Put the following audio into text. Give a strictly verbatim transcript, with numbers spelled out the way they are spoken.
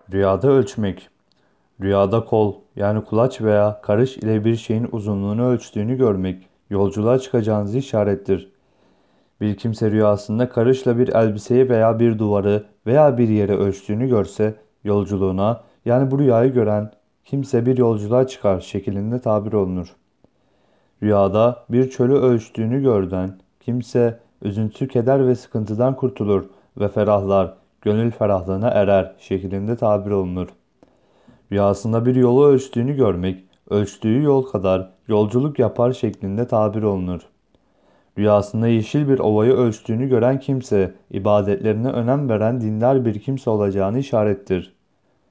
Rüyada ölçmek. Rüyada kol yani kulaç veya karış ile bir şeyin uzunluğunu ölçtüğünü görmek yolculuğa çıkacağınızı işarettir. Bir kimse rüyasında karışla bir elbiseyi veya bir duvarı veya bir yere ölçtüğünü görse yolculuğuna yani bu rüyayı gören kimse bir yolculuğa çıkar şeklinde tabir olunur. Rüyada bir çölü ölçtüğünü gören kimse üzüntü, keder ve sıkıntıdan kurtulur ve ferahlar, gönül ferahlığına erer şeklinde tabir olunur. Rüyasında bir yolu ölçtüğünü görmek, ölçtüğü yol kadar yolculuk yapar şeklinde tabir olunur. Rüyasında yeşil bir ovayı ölçtüğünü gören kimse, ibadetlerine önem veren dindar bir kimse olacağını işarettir.